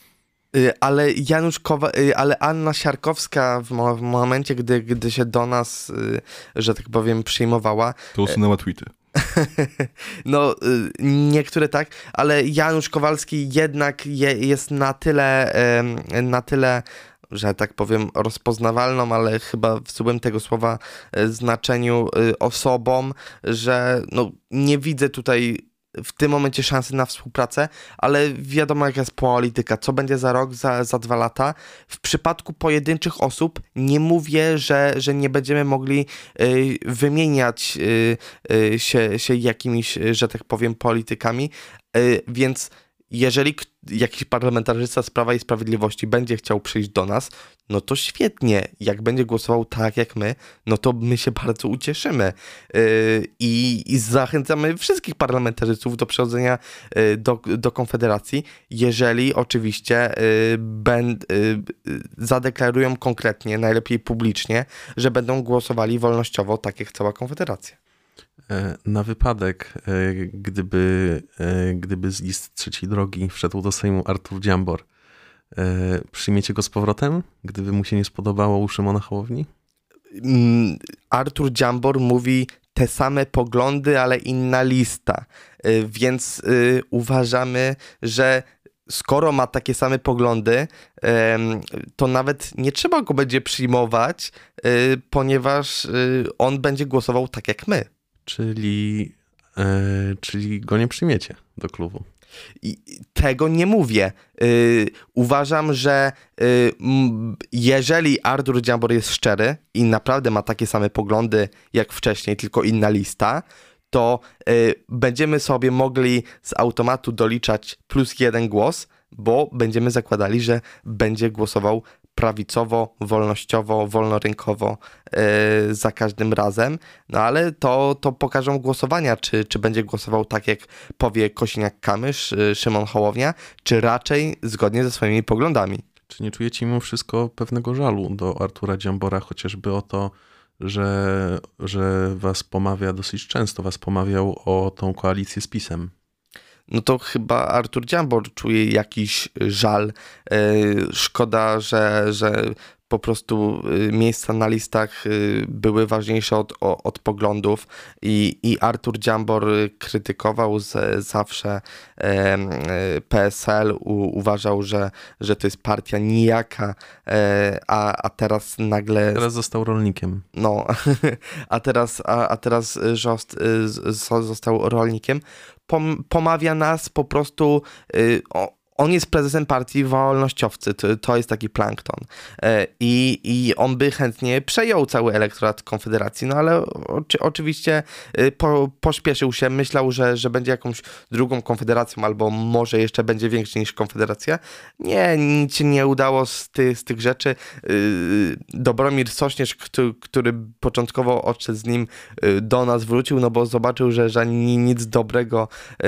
Ale Anna Siarkowska w momencie, gdy się do nas, że tak powiem, przyjmowała... To usunęła tweety. No, niektóre tak, ale Janusz Kowalski jednak jest na tyle, że tak powiem, rozpoznawalną, ale chyba w złym tego słowa znaczeniu osobą, że no, nie widzę tutaj w tym momencie szansy na współpracę, ale wiadomo jaka jest polityka, co będzie za rok, za 2 lata. W przypadku pojedynczych osób nie mówię, że nie będziemy mogli wymieniać się jakimiś, że tak powiem, politykami, więc jeżeli jakiś parlamentarzysta z Prawa i Sprawiedliwości będzie chciał przyjść do nas, no to świetnie. Jak będzie głosował tak jak my, no to my się bardzo ucieszymy. I zachęcamy wszystkich parlamentarzystów do przychodzenia do Konfederacji, jeżeli oczywiście zadeklarują konkretnie, najlepiej publicznie, że będą głosowali wolnościowo, tak jak cała Konfederacja. Na wypadek, gdyby z list Trzeciej Drogi wszedł do Sejmu Artur Dziambor, przyjmiecie go z powrotem, gdyby mu się nie spodobało u Szymona Hołowni? Artur Dziambor mówi te same poglądy, ale inna lista, więc uważamy, że skoro ma takie same poglądy, to nawet nie trzeba go będzie przyjmować, ponieważ on będzie głosował tak jak my. Czyli go nie przyjmiecie do klubu. I tego nie mówię. Uważam, że jeżeli Artur Dziambor jest szczery i naprawdę ma takie same poglądy jak wcześniej, tylko inna lista, to będziemy sobie mogli z automatu doliczać +1 głos, bo będziemy zakładali, że będzie głosował prawicowo, wolnościowo, wolnorynkowo za każdym razem, no ale to pokażą głosowania, czy będzie głosował tak jak powie Kosiniak-Kamysz, Szymon Hołownia, czy raczej zgodnie ze swoimi poglądami. Czy nie czujecie mimo wszystko pewnego żalu do Artura Dziambora, chociażby o to, że was pomawia dosyć często, was pomawiał o tą koalicję z PiS-em? No to chyba Artur Dziambor czuje jakiś żal. Szkoda, że po prostu miejsca na listach były ważniejsze od poglądów i Artur Dziambor krytykował zawsze PSL, uważał, że to jest partia nijaka, a teraz nagle... Teraz został rolnikiem. No, a teraz został rolnikiem. Pomawia nas po prostu... On jest prezesem partii wolnościowcy, to jest taki plankton. I on by chętnie przejął cały elektorat Konfederacji, no ale oczywiście pośpieszył się, myślał, że będzie jakąś drugą Konfederacją, albo może jeszcze będzie większy niż Konfederacja. Nie, nic się nie udało z tych rzeczy. Dobromir Sośnierz, który początkowo odszedł z nim, do nas wrócił, no bo zobaczył, że nic dobrego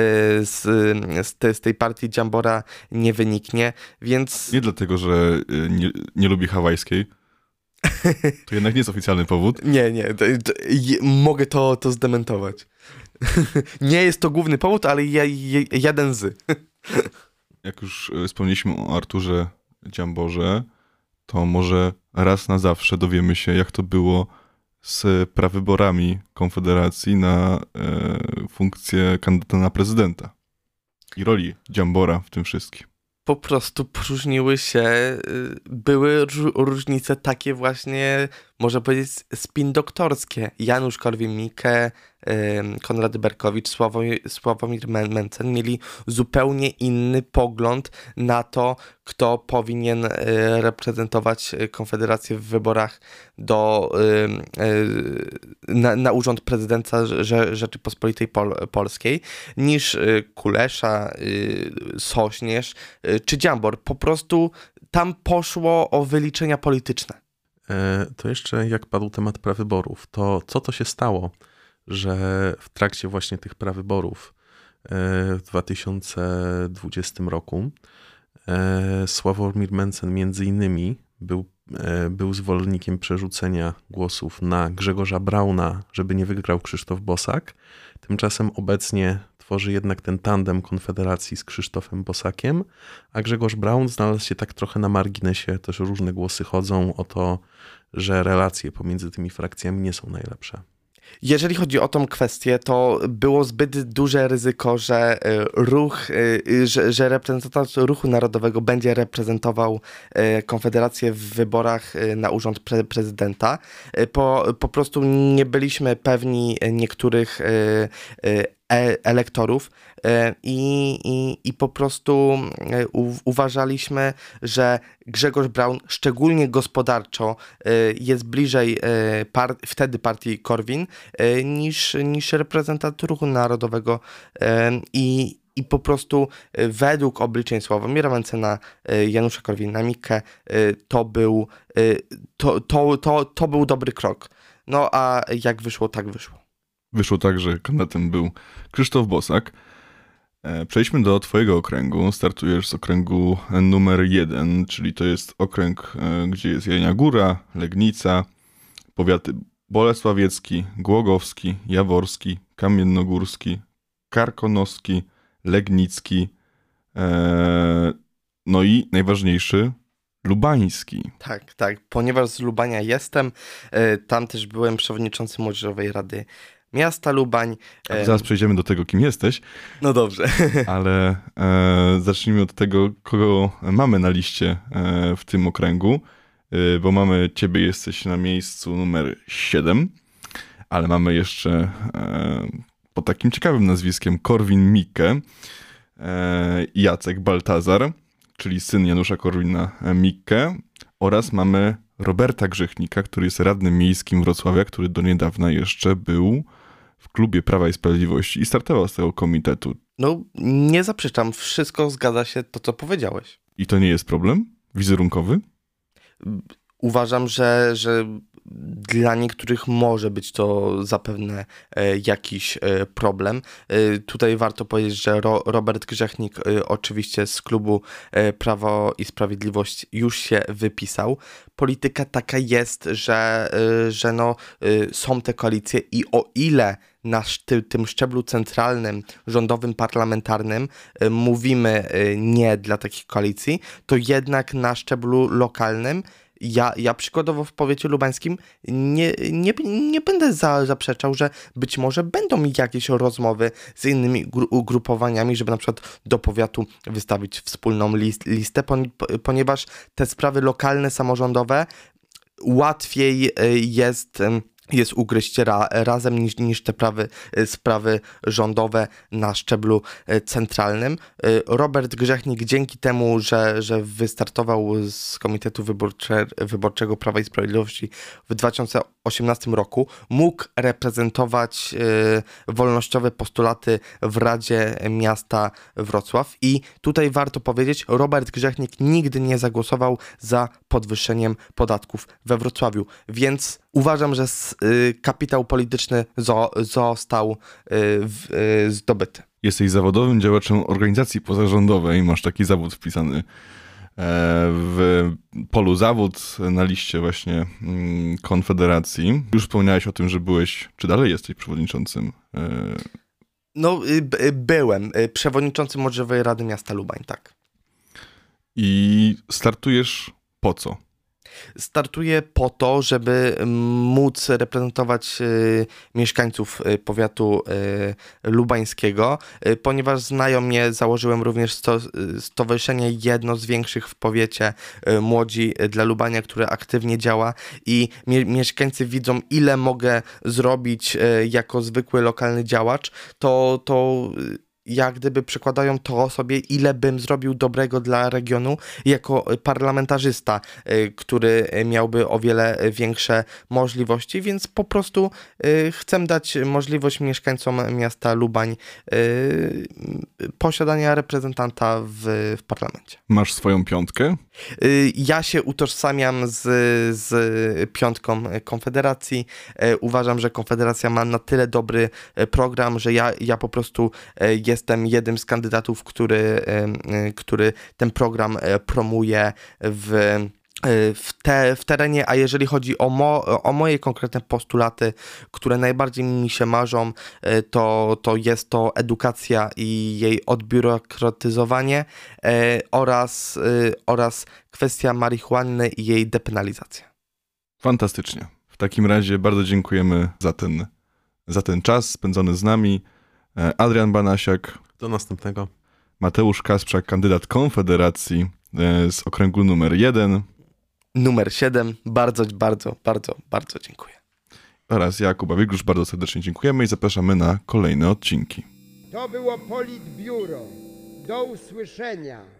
z tej partii Dziambora nie wyniknie, więc... Nie dlatego, że nie lubi hawajskiej. To jednak nie jest oficjalny powód. Nie, mogę to zdementować. Nie jest to główny powód, ale jeden z. Jak już wspomnieliśmy o Arturze Dziamborze, to może raz na zawsze dowiemy się, jak to było z prawyborami Konfederacji na funkcję kandydata na prezydenta i roli Dziambora w tym wszystkim. Po prostu próżniły się, były różnice takie właśnie, można powiedzieć, spin-doktorskie. Janusz Korwin-Mikke, Konrad Berkowicz, Sławomir Mencen mieli zupełnie inny pogląd na to, kto powinien reprezentować Konfederację w wyborach na urząd prezydenta Rzeczypospolitej Polskiej, niż Kulesza, Sośnierz czy Dziambor. Po prostu tam poszło o wyliczenia polityczne. To jeszcze jak padł temat prawyborów, to co to się stało, że w trakcie właśnie tych prawyborów w 2020 roku Sławomir Mencen między innymi był zwolennikiem przerzucenia głosów na Grzegorza Brauna, żeby nie wygrał Krzysztof Bosak. Tymczasem obecnie tworzy jednak ten tandem Konfederacji z Krzysztofem Bosakiem, a Grzegorz Braun znalazł się tak trochę na marginesie. Też różne głosy chodzą o to, że relacje pomiędzy tymi frakcjami nie są najlepsze. Jeżeli chodzi o tą kwestię, to było zbyt duże ryzyko, że że reprezentant Ruchu Narodowego będzie reprezentował Konfederację w wyborach na urząd prezydenta. Po prostu nie byliśmy pewni niektórych elektorów i po prostu uważaliśmy, że Grzegorz Braun szczególnie gospodarczo jest bliżej wtedy partii Korwin niż reprezentant Ruchu Narodowego i po prostu według obliczeń Sławomira Mencena, Janusza Korwin-Mikke to był dobry krok. No a jak wyszło, tak wyszło. Wyszło tak, że kandydatem był Krzysztof Bosak. Przejdźmy do twojego okręgu. Startujesz z okręgu numer 1, czyli to jest okręg, gdzie jest Jelenia Góra, Legnica, powiaty bolesławiecki, głogowski, jaworski, kamiennogórski, karkonoski, legnicki, no i najważniejszy lubański. Tak, ponieważ z Lubania jestem, tam też byłem przewodniczącym Młodzieżowej Rady Miasta Lubań. Zaraz przejdziemy do tego, kim jesteś. No dobrze. Ale zacznijmy od tego, kogo mamy na liście w tym okręgu, bo mamy ciebie, jesteś na miejscu numer 7, ale mamy jeszcze pod takim ciekawym nazwiskiem Korwin-Mikke Jacek Baltazar, czyli syn Janusza Korwina-Mikke, oraz mamy Roberta Grzechnika, który jest radnym miejskim Wrocławia, który do niedawna jeszcze był w klubie Prawa i Sprawiedliwości i startował z tego komitetu. No, nie zaprzeczam, wszystko zgadza się to, co powiedziałeś. I to nie jest problem wizerunkowy? Uważam, że dla niektórych może być to zapewne jakiś problem. Tutaj warto powiedzieć, że Robert Grzechnik oczywiście z klubu Prawo i Sprawiedliwość już się wypisał. Polityka taka jest, że no, są te koalicje i o ile na tym szczeblu centralnym, rządowym, parlamentarnym mówimy nie dla takich koalicji, to jednak na szczeblu lokalnym ja przykładowo w powiecie lubańskim nie będę zaprzeczał, że być może będą jakieś rozmowy z innymi ugrupowaniami, żeby na przykład do powiatu wystawić wspólną listę, ponieważ te sprawy lokalne, samorządowe łatwiej jest ugryźć razem niż te sprawy rządowe na szczeblu centralnym. Robert Grzechnik dzięki temu, że wystartował z Komitetu Wyborczego Prawa i Sprawiedliwości w 2018 roku, mógł reprezentować wolnościowe postulaty w Radzie Miasta Wrocław i tutaj warto powiedzieć, Robert Grzechnik nigdy nie zagłosował za podwyższeniem podatków we Wrocławiu, więc uważam, że kapitał polityczny został zdobyty. Jesteś zawodowym działaczem organizacji pozarządowej, masz taki zawód wpisany w polu zawód na liście właśnie Konfederacji. Już wspomniałeś o tym, że byłeś, czy dalej jesteś przewodniczącym? No, byłem przewodniczącym Młodzieżowej Rady Miasta Lubań, tak. I startujesz po co? Startuję po to, żeby móc reprezentować mieszkańców powiatu lubańskiego, ponieważ znają mnie, założyłem również stowarzyszenie, jedno z większych w powiecie, Młodzi dla Lubania, które aktywnie działa i mieszkańcy widzą, ile mogę zrobić jako zwykły lokalny działacz, to jak gdyby przekładają to sobie, ile bym zrobił dobrego dla regionu jako parlamentarzysta, który miałby o wiele większe możliwości, więc po prostu chcę dać możliwość mieszkańcom miasta Lubań posiadania reprezentanta w parlamencie. Masz swoją piątkę? Ja się utożsamiam z piątką Konfederacji. Uważam, że Konfederacja ma na tyle dobry program, że ja po prostu jestem jednym z kandydatów, który ten program promuje w terenie, a jeżeli chodzi o moje konkretne postulaty, które najbardziej mi się marzą, to jest to edukacja i jej odbiurokratyzowanie oraz kwestia marihuany i jej depenalizacja. Fantastycznie. W takim razie bardzo dziękujemy za ten czas spędzony z nami. Adrian Banasiak, Do następnego. Mateusz Kasprzak, kandydat Konfederacji z okręgu numer 1 Numer 7. Bardzo, bardzo, bardzo, bardzo dziękuję. oraz ja, Kuba Wiglusz. Bardzo serdecznie dziękujemy i zapraszamy na kolejne odcinki. To było Politbiuro. Do usłyszenia.